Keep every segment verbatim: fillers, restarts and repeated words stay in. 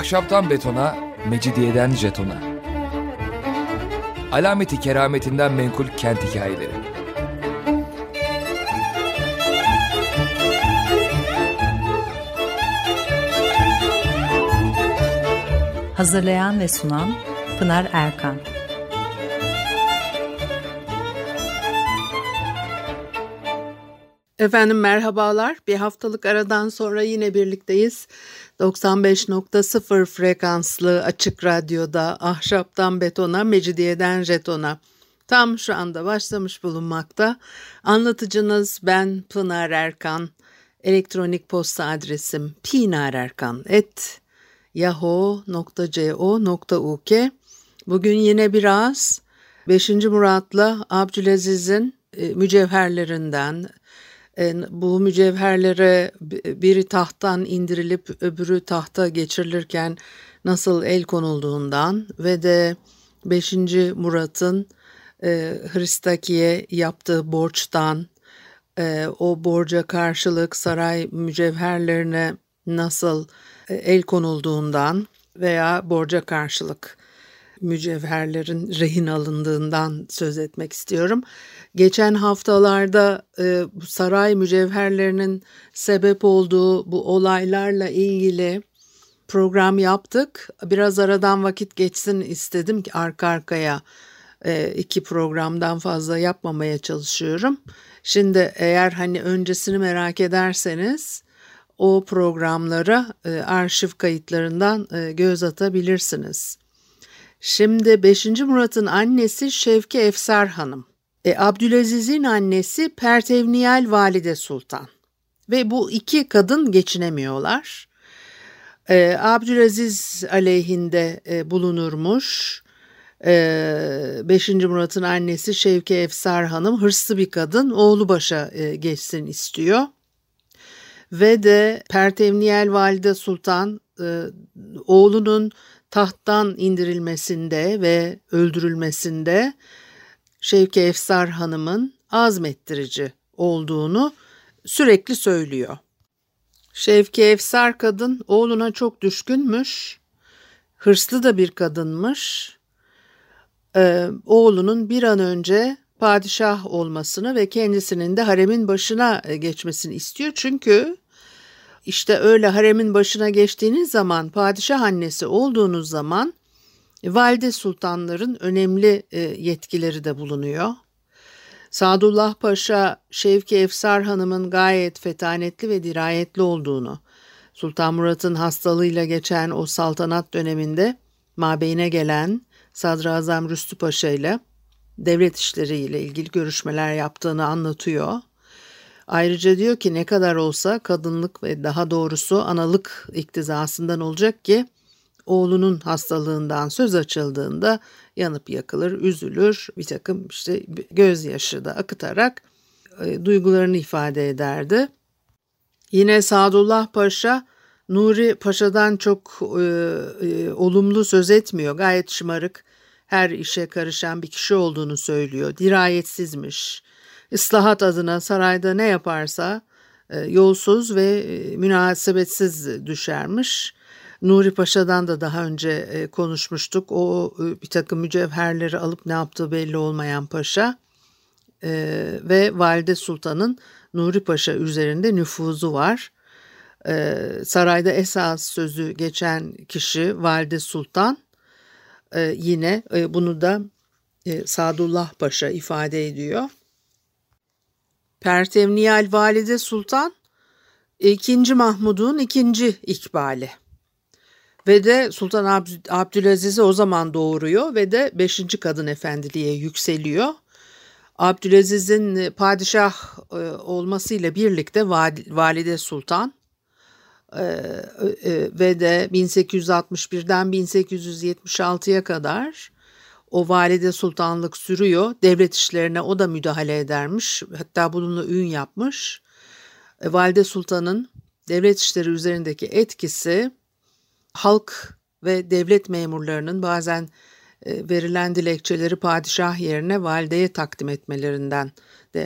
Ahşaptan betona, mecidiyeden jetona. Alameti kerametinden menkul kent hikayeleri. Hazırlayan ve sunan Pınar Erkan. Efendim merhabalar. Bir haftalık aradan sonra yine birlikteyiz. doksan beş nokta sıfır frekanslı açık radyoda ahşaptan betona, mecidiyeden jetona tam şu anda başlamış bulunmakta. Anlatıcınız ben Pınar Erkan. Elektronik posta adresim pinarerkan at yahoo nokta co nokta uk. Bugün yine biraz beşinci Murat'la Abdülaziz'in e, mücevherlerinden, bu mücevherlere biri tahttan indirilip öbürü tahta geçirilirken nasıl el konulduğundan ve de beşinci Murat'ın e, Hristaki'ye yaptığı borçtan, e, o borca karşılık saray mücevherlerine nasıl e, el konulduğundan veya borca karşılık mücevherlerin rehin alındığından söz etmek istiyorum. Geçen haftalarda e, saray mücevherlerinin sebep olduğu bu olaylarla ilgili program yaptık. Biraz aradan vakit geçsin istedim ki arka arkaya e, iki programdan fazla yapmamaya çalışıyorum. Şimdi eğer hani öncesini merak ederseniz o programlara e, arşiv kayıtlarından e, göz atabilirsiniz. Şimdi beşinci Murat'ın annesi Şevki Efsar Hanım. E, Abdülaziz'in annesi Pertevniyel Valide Sultan. Ve bu iki kadın geçinemiyorlar. E, Abdülaziz aleyhinde e, bulunurmuş. E, beşinci Murat'ın annesi Şevki Efsar Hanım hırslı bir kadın, oğlu başa e, geçsin istiyor. Ve de Pertevniyel Valide Sultan e, oğlunun tahttan indirilmesinde ve öldürülmesinde Şevki Efsar Hanım'ın azmettirici olduğunu sürekli söylüyor. Şevki Efsar kadın oğluna çok düşkünmüş, hırslı da bir kadınmış. Ee, oğlunun bir an önce padişah olmasını ve kendisinin de haremin başına geçmesini istiyor. Çünkü İşte öyle haremin başına geçtiğiniz zaman, padişah annesi olduğunuz zaman valide sultanların önemli yetkileri de bulunuyor. Sadullah Paşa, Şevki Efsar Hanım'ın gayet fetanetli ve dirayetli olduğunu, Sultan Murat'ın hastalığıyla geçen o saltanat döneminde mabeyine gelen Sadrazam Rüstü Paşa ile devlet işleriyle ilgili görüşmeler yaptığını anlatıyor. Ayrıca diyor ki ne kadar olsa kadınlık ve daha doğrusu analık iktizasından olacak ki oğlunun hastalığından söz açıldığında yanıp yakılır, üzülür, bir takım işte gözyaşı da akıtarak e, duygularını ifade ederdi. Yine Sadullah Paşa Nuri Paşa'dan çok e, e, olumlu söz etmiyor. Gayet şımarık, her işe karışan bir kişi olduğunu söylüyor. Dirayetsizmiş. İslahat adına sarayda ne yaparsa e, yolsuz ve e, münasebetsiz düşermiş. Nuri Paşa'dan da daha önce e, konuşmuştuk. O e, bir takım mücevherleri alıp ne yaptığı belli olmayan paşa e, ve Valide Sultan'ın Nuri Paşa üzerinde nüfuzu var. E, sarayda esas sözü geçen kişi Valide Sultan. E, yine e, bunu da e, Sadullah Paşa ifade ediyor. Pertevniyel Valide Sultan ikinci Mahmud'un ikinci ikbali ve de Sultan Abd- Abdülaziz'i o zaman doğuruyor ve de beşinci kadın efendiliğe yükseliyor. Abdülaziz'in padişah e, olmasıyla birlikte Valide Sultan e, e, ve de bin sekiz yüz altmış birden bin sekiz yüz yetmiş altıya kadar o valide sultanlık sürüyor. Devlet işlerine o da müdahale edermiş. Hatta bununla ün yapmış. Valide Sultan'ın devlet işleri üzerindeki etkisi halk ve devlet memurlarının bazen verilen dilekçeleri padişah yerine valideye takdim etmelerinden de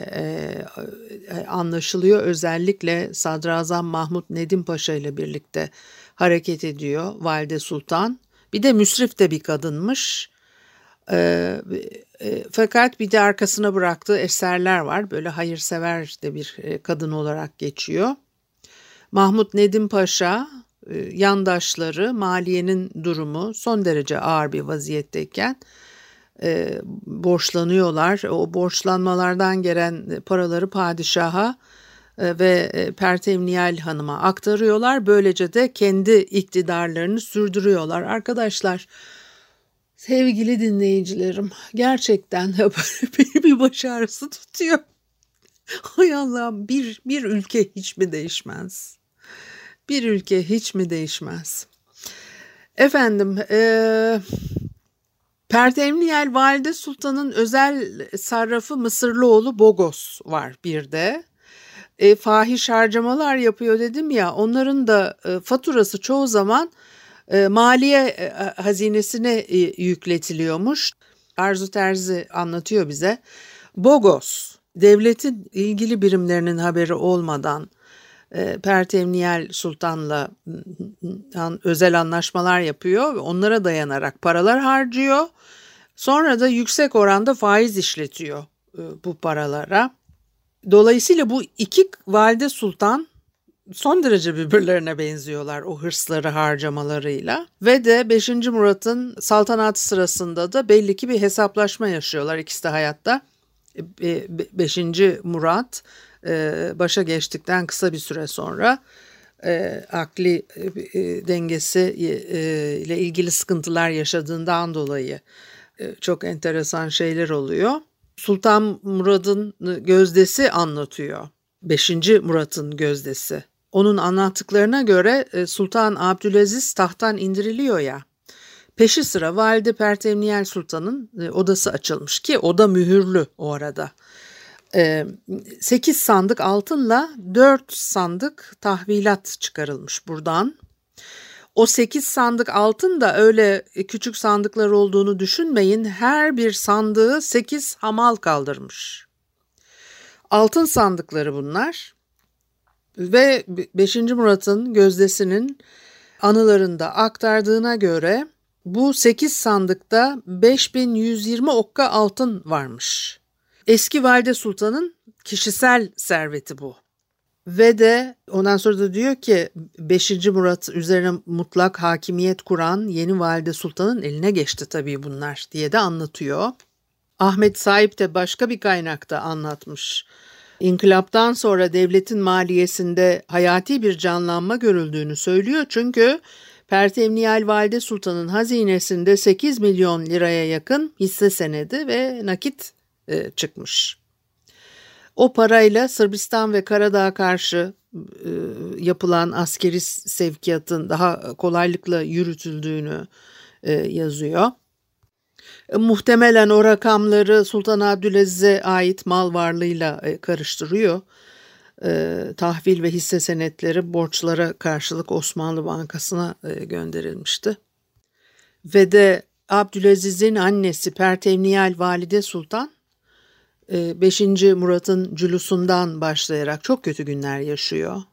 e, anlaşılıyor. Özellikle Sadrazam Mahmud Nedim Paşa ile birlikte hareket ediyor Valide Sultan. Bir de müsrif de bir kadınmış. E, e, fakat bir de arkasına bıraktığı eserler var. Böyle hayırsever de bir kadın olarak geçiyor. Mahmut Nedim Paşa, e, yandaşları, maliyenin durumu son derece ağır bir vaziyetteyken e, borçlanıyorlar. O borçlanmalardan gelen paraları padişaha e, ve e, Pertevniyal Hanım'a aktarıyorlar. Böylece de kendi iktidarlarını sürdürüyorlar. Arkadaşlar, sevgili dinleyicilerim, gerçekten beni bir baş ağrısı tutuyor. Hay Allah'ım, bir, bir ülke hiç mi değişmez? Bir ülke hiç mi değişmez? Efendim, e, Pertevniyel Valide Sultan'ın özel sarrafı Mısırlıoğlu Bogos var bir de. E, fahiş harcamalar yapıyor dedim ya, onların da e, faturası çoğu zaman e, maliye e, hazinesine e, yükletiliyormuş. Arzu Terzi anlatıyor bize. Bogos, devletin ilgili birimlerinin haberi olmadan e, Pertevniyel Sultan'la an, özel anlaşmalar yapıyor ve onlara dayanarak paralar harcıyor. Sonra da yüksek oranda faiz işletiyor e, bu paralara. Dolayısıyla bu iki valide sultan son derece birbirlerine benziyorlar o hırsları harcamalarıyla. Ve de beşinci Murat'ın saltanatı sırasında da belli ki bir hesaplaşma yaşıyorlar ikisi de hayatta. beşinci Murat başa geçtikten kısa bir süre sonra akli dengesi ile ilgili sıkıntılar yaşadığından dolayı çok enteresan şeyler oluyor. Sultan Murad'ın gözdesi anlatıyor. beşinci Murat'ın gözdesi. Onun anlattıklarına göre Sultan Abdülaziz tahttan indiriliyor ya. Peşi sıra Valide Pertevniyel Sultan'ın odası açılmış ki oda mühürlü o arada. sekiz sandık altınla dört sandık tahvilat çıkarılmış buradan. O sekiz sandık altın da öyle küçük sandıklar olduğunu düşünmeyin. Her bir sandığı sekiz hamal kaldırmış. Altın sandıkları bunlar. Ve beşinci Murat'ın gözdesinin anılarında aktardığına göre bu sekiz sandıkta beş bin yüz yirmi okka altın varmış. Eski Valide Sultan'ın kişisel serveti bu. Ve de ondan sonra da diyor ki beşinci Murat üzerine mutlak hakimiyet kuran yeni Valide Sultan'ın eline geçti tabii bunlar diye de anlatıyor. Ahmet Saip de başka bir kaynakta anlatmış. İnkılaptan sonra devletin maliyesinde hayati bir canlanma görüldüğünü söylüyor. Çünkü Pertevniyel Valide Sultan'ın hazinesinde sekiz milyon liraya yakın hisse senedi ve nakit e, çıkmış. O parayla Sırbistan ve Karadağ'a karşı e, yapılan askeri sevkiyatın daha kolaylıkla yürütüldüğünü e, yazıyor. E, muhtemelen o rakamları Sultan Abdülaziz'e ait mal varlığıyla e, karıştırıyor. E, tahvil ve hisse senetleri borçlara karşılık Osmanlı Bankası'na e, gönderilmişti. Ve de Abdülaziz'in annesi Pertevniyel Valide Sultan beşinci Murat'ın cülusundan başlayarak çok kötü günler yaşıyor.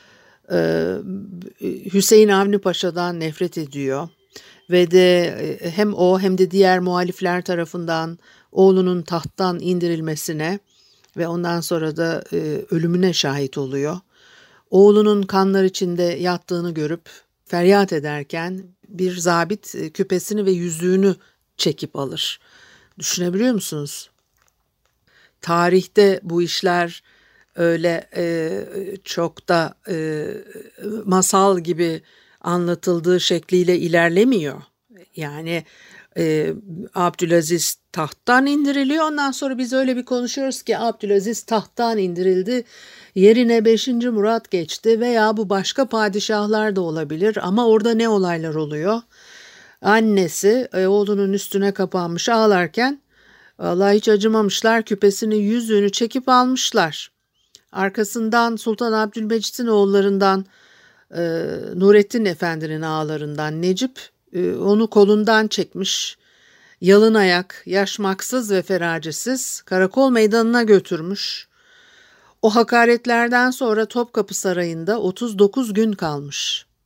Hüseyin Avni Paşa'dan nefret ediyor ve de hem o hem de diğer muhalifler tarafından oğlunun tahttan indirilmesine ve ondan sonra da ölümüne şahit oluyor. Oğlunun kanlar içinde yattığını görüp feryat ederken bir zabit küpesini ve yüzüğünü çekip alır. Düşünebiliyor musunuz? Tarihte bu işler öyle e, çok da e, masal gibi anlatıldığı şekliyle ilerlemiyor. Yani e, Abdülaziz tahttan indiriliyor. Ondan sonra biz öyle bir konuşuyoruz ki Abdülaziz tahttan indirildi. Yerine beşinci Murat geçti veya bu başka padişahlar da olabilir ama orada ne olaylar oluyor? Annesi e, oğlunun üstüne kapanmış ağlarken vallahi hiç acımamışlar, küpesini yüzüğünü çekip almışlar. Arkasından Sultan Abdülmecit'in oğullarından e, Nurettin Efendi'nin ağalarından Necip e, onu kolundan çekmiş. Yalın ayak, yaşmaksız ve feracesiz karakol meydanına götürmüş. O hakaretlerden sonra Topkapı Sarayı'nda otuz dokuz gün kalmış.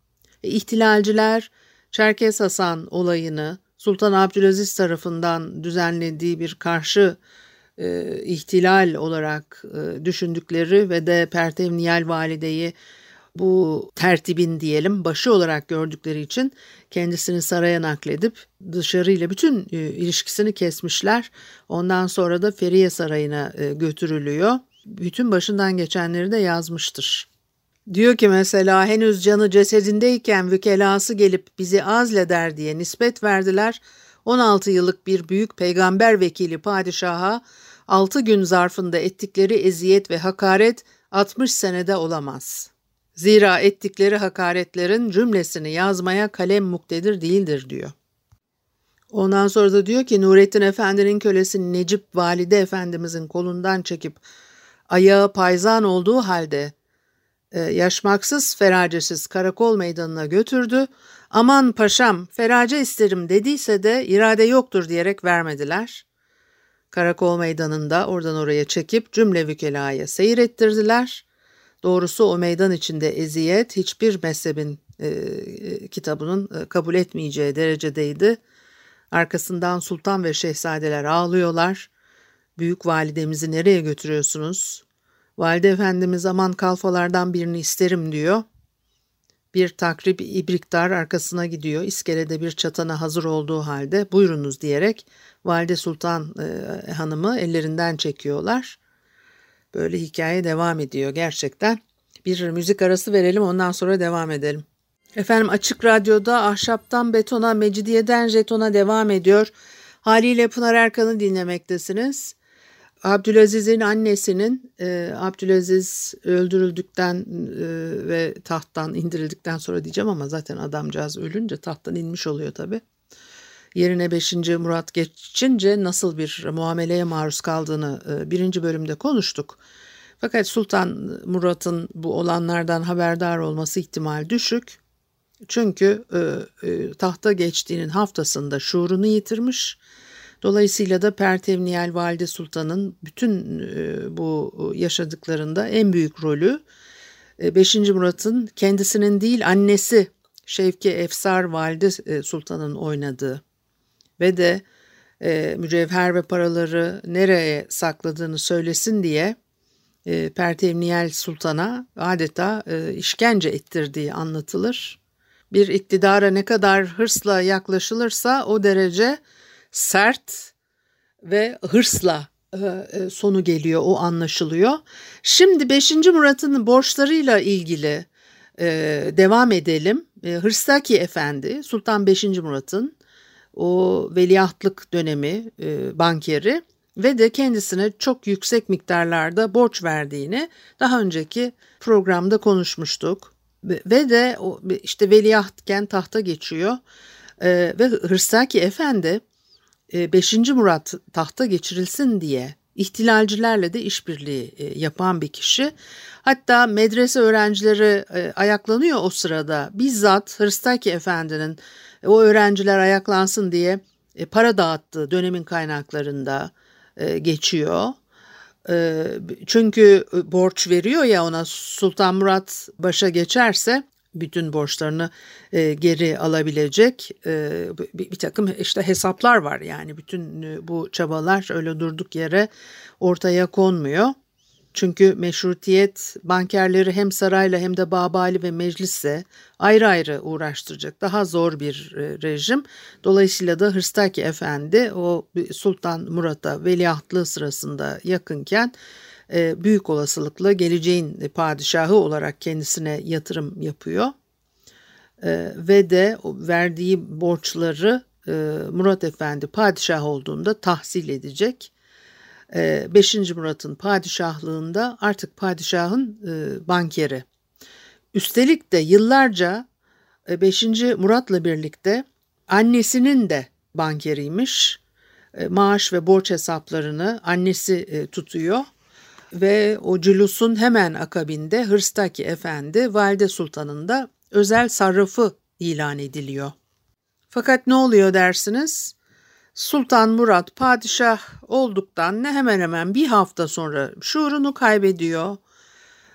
E, ihtilalciler Çerkes Hasan olayını Sultan Abdülaziz tarafından düzenlediği bir karşı e, ihtilal olarak e, düşündükleri ve de Pertevniyal Valide'yi bu tertibin diyelim başı olarak gördükleri için kendisini saraya nakledip dışarıyla bütün e, ilişkisini kesmişler. Ondan sonra da Feriye Sarayı'na e, götürülüyor. Bütün başından geçenleri de yazmıştır. Diyor ki mesela henüz canı cesedindeyken vükelası gelip bizi azleder diye nispet verdiler. on altı yıllık bir büyük peygamber vekili padişaha altı gün zarfında ettikleri eziyet ve hakaret altmış senede olamaz. Zira ettikleri hakaretlerin cümlesini yazmaya kalem muktedir değildir diyor. Ondan sonra da diyor ki Nurettin Efendi'nin kölesi Necip Valide Efendimizin kolundan çekip ayağı payzan olduğu halde e, yaşmaksız feracesiz karakol meydanına götürdü. Aman paşam ferace isterim dediyse de irade yoktur diyerek vermediler. Karakol meydanında oradan oraya çekip cümle vükelaya seyir ettirdiler. Doğrusu o meydan içinde eziyet hiçbir mezhebin e, kitabının e, kabul etmeyeceği derecedeydi. Arkasından sultan ve şehzadeler ağlıyorlar. Büyük validemizi nereye götürüyorsunuz? Valide Efendimiz aman kalfalardan birini isterim diyor. Bir takrib ibriktar arkasına gidiyor. İskelede bir çatana hazır olduğu halde buyurunuz diyerek Valide Sultan e, Hanım'ı ellerinden çekiyorlar. Böyle hikaye devam ediyor gerçekten. Bir müzik arası verelim ondan sonra devam edelim. Efendim Açık Radyo'da Ahşaptan Betona, Mecidiyeden Jeton'a devam ediyor. Haliyle Pınar Erkan'ı dinlemektesiniz. Abdülaziz'in annesinin e, Abdülaziz öldürüldükten e, ve tahttan indirildikten sonra diyeceğim ama zaten adamcağız ölünce tahttan inmiş oluyor tabii. Yerine beşinci Murat geçince nasıl bir muameleye maruz kaldığını e, birinci bölümde konuştuk. Fakat Sultan Murat'ın bu olanlardan haberdar olması ihtimal düşük. Çünkü e, e, tahta geçtiğinin haftasında şuurunu yitirmiş. Dolayısıyla da Pertevniyal Valide Sultan'ın bütün e, bu yaşadıklarında en büyük rolü e, beşinci Murat'ın kendisinin değil annesi Şevki Efsar Valide e, Sultan'ın oynadığı ve de e, mücevher ve paraları nereye sakladığını söylesin diye e, Pertevniyal Sultan'a adeta e, işkence ettirdiği anlatılır. Bir iktidara ne kadar hırsla yaklaşılırsa o derece sert ve hırsla e, sonu geliyor, o anlaşılıyor. Şimdi beşinci Murat'ın borçlarıyla ilgili e, devam edelim. E, Hırstaki Efendi, Sultan beşinci Murat'ın o veliahtlık dönemi e, bankeri ve de kendisine çok yüksek miktarlarda borç verdiğini daha önceki programda konuşmuştuk. Ve de işte veliahtken tahta geçiyor ee, ve Hırstaki Efendi beşinci Murat tahta geçirilsin diye ihtilalcilerle de işbirliği e, yapan bir kişi. Hatta medrese öğrencileri e, ayaklanıyor o sırada. Bizzat Hırstaki Efendi'nin e, o öğrenciler ayaklansın diye e, para dağıttığı dönemin kaynaklarında e, geçiyor. Çünkü borç veriyor ya ona, Sultan Murat başa geçerse bütün borçlarını geri alabilecek bir, bir takım işte hesaplar var. Yani bütün bu çabalar öyle durduk yere ortaya konmuyor. Çünkü meşrutiyet bankerleri hem sarayla hem de Babali ve meclisse ayrı ayrı uğraştıracak daha zor bir rejim. Dolayısıyla da Hırstaki Efendi o Sultan Murat'a veliahtlığı sırasında yakınken büyük olasılıkla geleceğin padişahı olarak kendisine yatırım yapıyor. Ve de verdiği borçları Murat Efendi padişah olduğunda tahsil edecek. beşinci Murat'ın padişahlığında artık padişahın bankeri. Üstelik de yıllarca beşinci Murat'la birlikte annesinin de bankeriymiş. Maaş ve borç hesaplarını annesi tutuyor ve o cülusun hemen akabinde Hırstaki Efendi Valide Sultan'ın da özel sarrafı ilan ediliyor. Fakat ne oluyor dersiniz? Sultan Murat padişah olduktan ne hemen hemen bir hafta sonra şuurunu kaybediyor.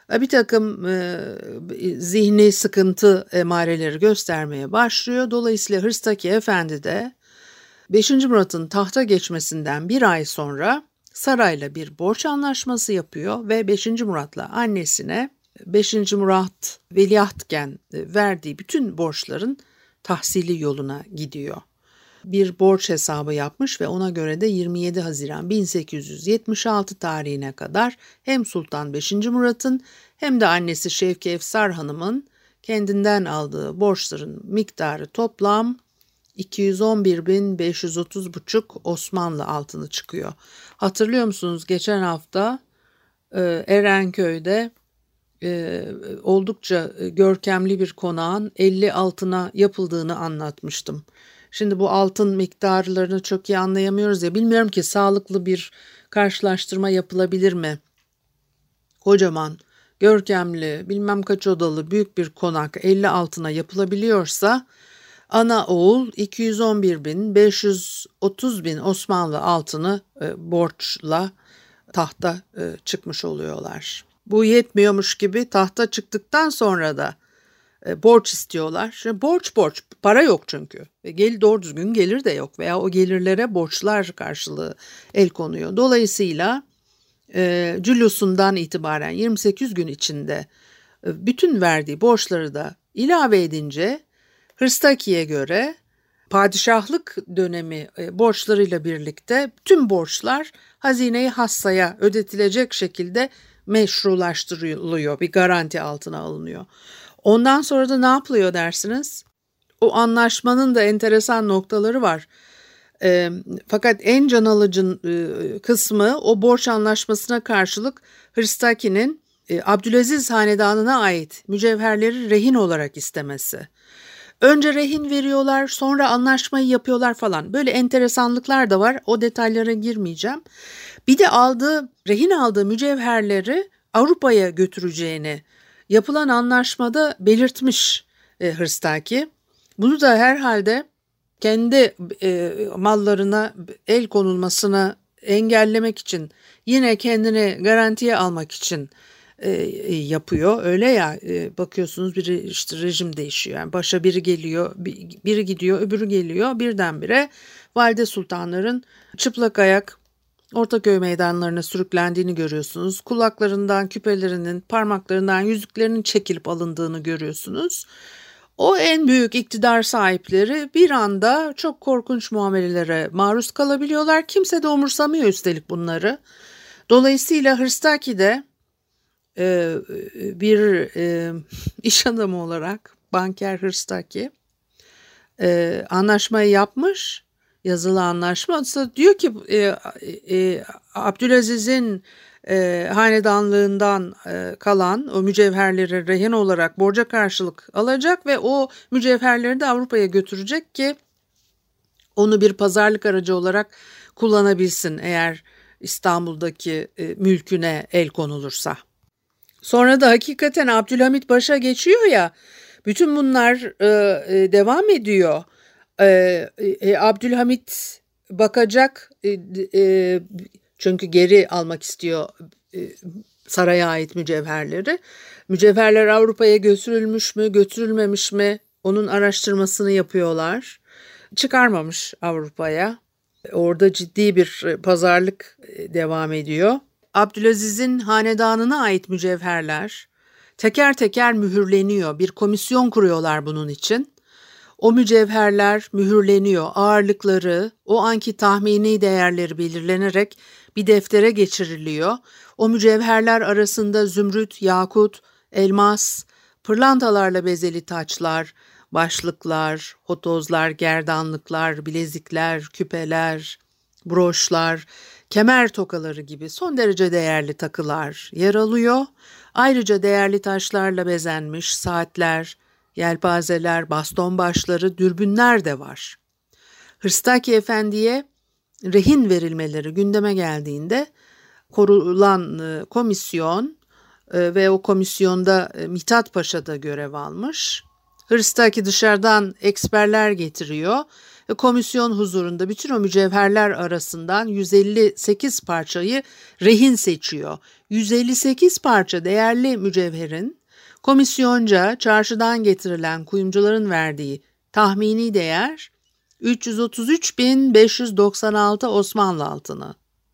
Bir takım e, zihni sıkıntı emareleri göstermeye başlıyor. Dolayısıyla Hırstaki Efendi de beşinci Murat'ın tahta geçmesinden bir ay sonra sarayla bir borç anlaşması yapıyor ve beşinci Murat'la annesine beşinci Murat veliahtken verdiği bütün borçların tahsili yoluna gidiyor. Bir borç hesabı yapmış ve ona göre de yirmi yedi Haziran bin sekiz yüz yetmiş altı tarihine kadar hem Sultan beşinci Murat'ın hem de annesi Şevki Efsar Hanım'ın kendinden aldığı borçların miktarı toplam iki yüz on bir bin beş yüz otuz buçuk Osmanlı altını çıkıyor. Hatırlıyor musunuz? Geçen hafta e, Erenköy'de e, oldukça görkemli bir konağın elli altına yapıldığını anlatmıştım. Şimdi bu altın miktarlarını çok iyi anlayamıyoruz ya, bilmiyorum ki sağlıklı bir karşılaştırma yapılabilir mi? Kocaman, görkemli, bilmem kaç odalı büyük bir konak elli altına yapılabiliyorsa ana oğul iki yüz on bir bin beş yüz otuz bin Osmanlı altını e, borçla tahta e, çıkmış oluyorlar. Bu yetmiyormuş gibi tahta çıktıktan sonra da e, borç istiyorlar. Şimdi borç borç, para yok çünkü. Ve gel, doğru düzgün gelir de yok veya o gelirlere borçlar karşılığı el konuyor. Dolayısıyla e, Cülusundan itibaren yirmi sekiz gün içinde e, bütün verdiği borçları da ilave edince Hırstaki'ye göre padişahlık dönemi e, borçlarıyla birlikte tüm borçlar hazine-i hassaya ödetilecek şekilde meşrulaştırılıyor, bir garanti altına alınıyor. Ondan sonra da ne yapılıyor dersiniz? O anlaşmanın da enteresan noktaları var. E, fakat en can alıcı e, kısmı o borç anlaşmasına karşılık Hırstaki'nin e, Abdülaziz Hanedanı'na ait mücevherleri rehin olarak istemesi. Önce rehin veriyorlar, sonra anlaşmayı yapıyorlar falan. Böyle enteresanlıklar da var. O detaylara girmeyeceğim. Bir de aldığı, rehin aldığı mücevherleri Avrupa'ya götüreceğini yapılan anlaşmada belirtmiş e, Hırstaki. Bunu da herhalde kendi e, mallarına el konulmasına engellemek için, yine kendini garantiye almak için e, yapıyor. Öyle ya, e, bakıyorsunuz biri işte rejim değişiyor. Yani başa biri geliyor, biri gidiyor, öbürü geliyor. Birdenbire valide sultanların çıplak ayak Ortaköy meydanlarına sürüklendiğini görüyorsunuz. Kulaklarından, küpelerinin, parmaklarından yüzüklerinin çekilip alındığını görüyorsunuz. O en büyük iktidar sahipleri bir anda çok korkunç muamelelere maruz kalabiliyorlar. Kimse de umursamıyor üstelik bunları. Dolayısıyla Hırstaki de e, bir e, iş adamı olarak, banker Hırstaki e, anlaşmayı yapmış. Yazılı anlaşma. Diyor ki e, e, Abdülaziz'in e, hanedanlığından e, kalan o mücevherleri rehin olarak borca karşılık alacak ve o mücevherleri de Avrupa'ya götürecek ki onu bir pazarlık aracı olarak kullanabilsin eğer İstanbul'daki e, mülküne el konulursa. Sonra da hakikaten Abdülhamit başa geçiyor ya, bütün bunlar e, e, devam ediyor. Ee, e, Abdülhamit bakacak e, e, çünkü geri almak istiyor e, saraya ait mücevherleri. Mücevherler Avrupa'ya götürülmüş mü, götürülmemiş mi? Onun araştırmasını yapıyorlar. Çıkarmamış Avrupa'ya. Orada ciddi bir pazarlık devam ediyor. Abdülaziz'in hanedanına ait mücevherler teker teker mühürleniyor. Bir komisyon kuruyorlar bunun için. O mücevherler mühürleniyor, ağırlıkları, o anki tahmini değerleri belirlenerek bir deftere geçiriliyor. O mücevherler arasında zümrüt, yakut, elmas, pırlantalarla bezeli taçlar, başlıklar, hotozlar, gerdanlıklar, bilezikler, küpeler, broşlar, kemer tokaları gibi son derece değerli takılar yer alıyor. Ayrıca değerli taşlarla bezenmiş saatler, yelpazeler, baston başları, dürbünler de var. Hırstaki Efendi'ye rehin verilmeleri gündeme geldiğinde kurulan komisyon ve o komisyonda Mithat Paşa da görev almış. Hırstaki dışarıdan eksperler getiriyor ve komisyon huzurunda bütün o mücevherler arasından yüz elli sekiz parçayı rehin seçiyor. yüz elli sekiz parça değerli mücevherin komisyonca çarşıdan getirilen kuyumcuların verdiği tahmini değer üç yüz otuz üç bin beş yüz doksan altı Osmanlı altını.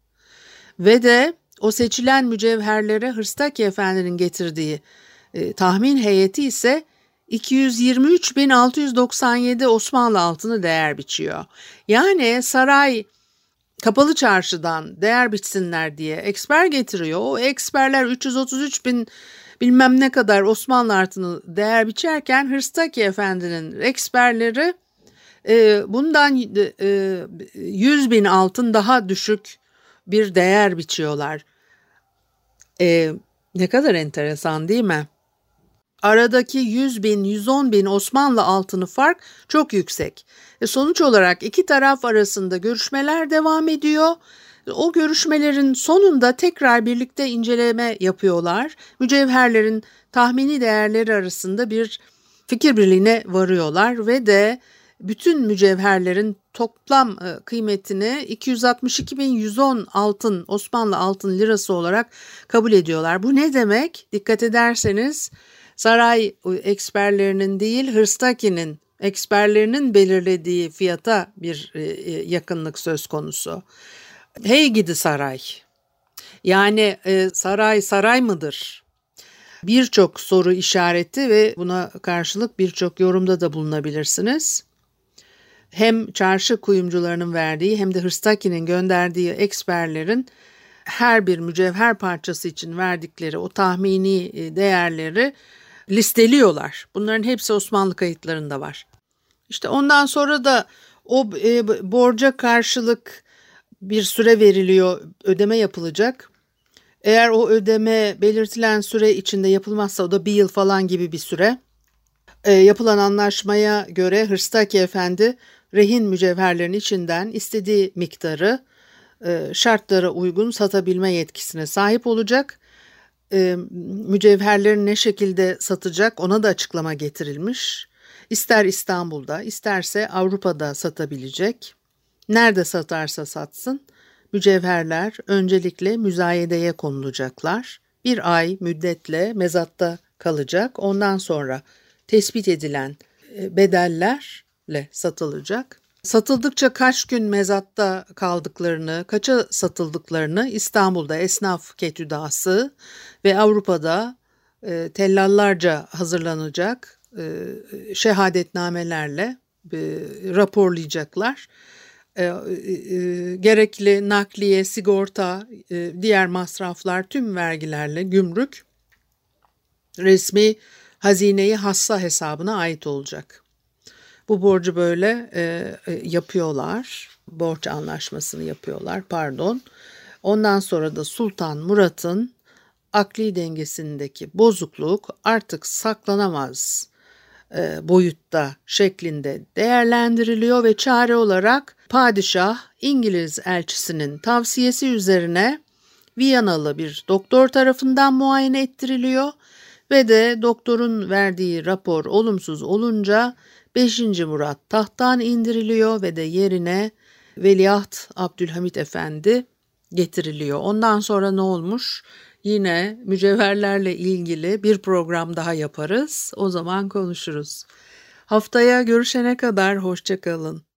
Ve de o seçilen mücevherlere Hırstaki Efendi'nin getirdiği e, tahmin heyeti ise iki yüz yirmi üç bin altı yüz doksan yedi Osmanlı altını değer biçiyor. Yani saray kapalı çarşıdan değer biçsinler diye eksper getiriyor. O eksperler üç yüz otuz üç bin bilmem ne kadar Osmanlı altını değer biçerken Hırstaki Efendi'nin eksperleri e, bundan e, yüz bin altın daha düşük bir değer biçiyorlar. E, ne kadar enteresan değil mi? Aradaki yüz bin, yüz on bin Osmanlı altını fark çok yüksek. E sonuç olarak iki taraf arasında görüşmeler devam ediyor. O görüşmelerin sonunda tekrar birlikte inceleme yapıyorlar. Mücevherlerin tahmini değerleri arasında bir fikir birliğine varıyorlar ve de bütün mücevherlerin toplam kıymetini iki yüz altmış iki bin yüz on altın Osmanlı altın lirası olarak kabul ediyorlar. Bu ne demek? Dikkat ederseniz saray eksperlerinin değil Hırstaki'nin eksperlerinin belirlediği fiyata bir yakınlık söz konusu. Hey gidi saray. Yani e, saray saray mıdır? Birçok soru işareti ve buna karşılık birçok yorumda da bulunabilirsiniz. Hem çarşı kuyumcularının verdiği hem de Hırstaki'nin gönderdiği eksperlerin her bir mücevher parçası için verdikleri o tahmini değerleri listeliyorlar. Bunların hepsi Osmanlı kayıtlarında var. İşte ondan sonra da o e, borca karşılık bir süre veriliyor, ödeme yapılacak. Eğer o ödeme belirtilen süre içinde yapılmazsa o da bir yıl falan gibi bir süre. E, yapılan anlaşmaya göre Hırstaki Efendi rehin mücevherlerin içinden istediği miktarı e, şartlara uygun satabilme yetkisine sahip olacak. E, mücevherlerin ne şekilde satacak ona da açıklama getirilmiş. İster İstanbul'da, isterse Avrupa'da satabilecek. Nerede satarsa satsın, mücevherler öncelikle müzayedeye konulacaklar. Bir ay müddetle mezatta kalacak. Ondan sonra tespit edilen bedellerle satılacak. Satıldıkça kaç gün mezatta kaldıklarını, kaça satıldıklarını İstanbul'da esnaf ketüdası ve Avrupa'da e, tellallarca hazırlanacak e, şehadetnamelerle e, raporlayacaklar. E, e, gerekli nakliye, sigorta, e, diğer masraflar tüm vergilerle gümrük resmi hazineyi hassa hesabına ait olacak. Bu borcu böyle e, yapıyorlar, borç anlaşmasını yapıyorlar pardon. Ondan sonra da Sultan Murat'ın akli dengesindeki bozukluk artık saklanamaz e, boyutta şeklinde değerlendiriliyor ve çare olarak padişah İngiliz elçisinin tavsiyesi üzerine Viyanalı bir doktor tarafından muayene ettiriliyor ve de doktorun verdiği rapor olumsuz olunca beşinci Murat tahttan indiriliyor ve de yerine Veliaht Abdülhamit Efendi getiriliyor. Ondan sonra ne olmuş? Yine mücevherlerle ilgili bir program daha yaparız. O zaman konuşuruz. Haftaya görüşene kadar hoşça kalın.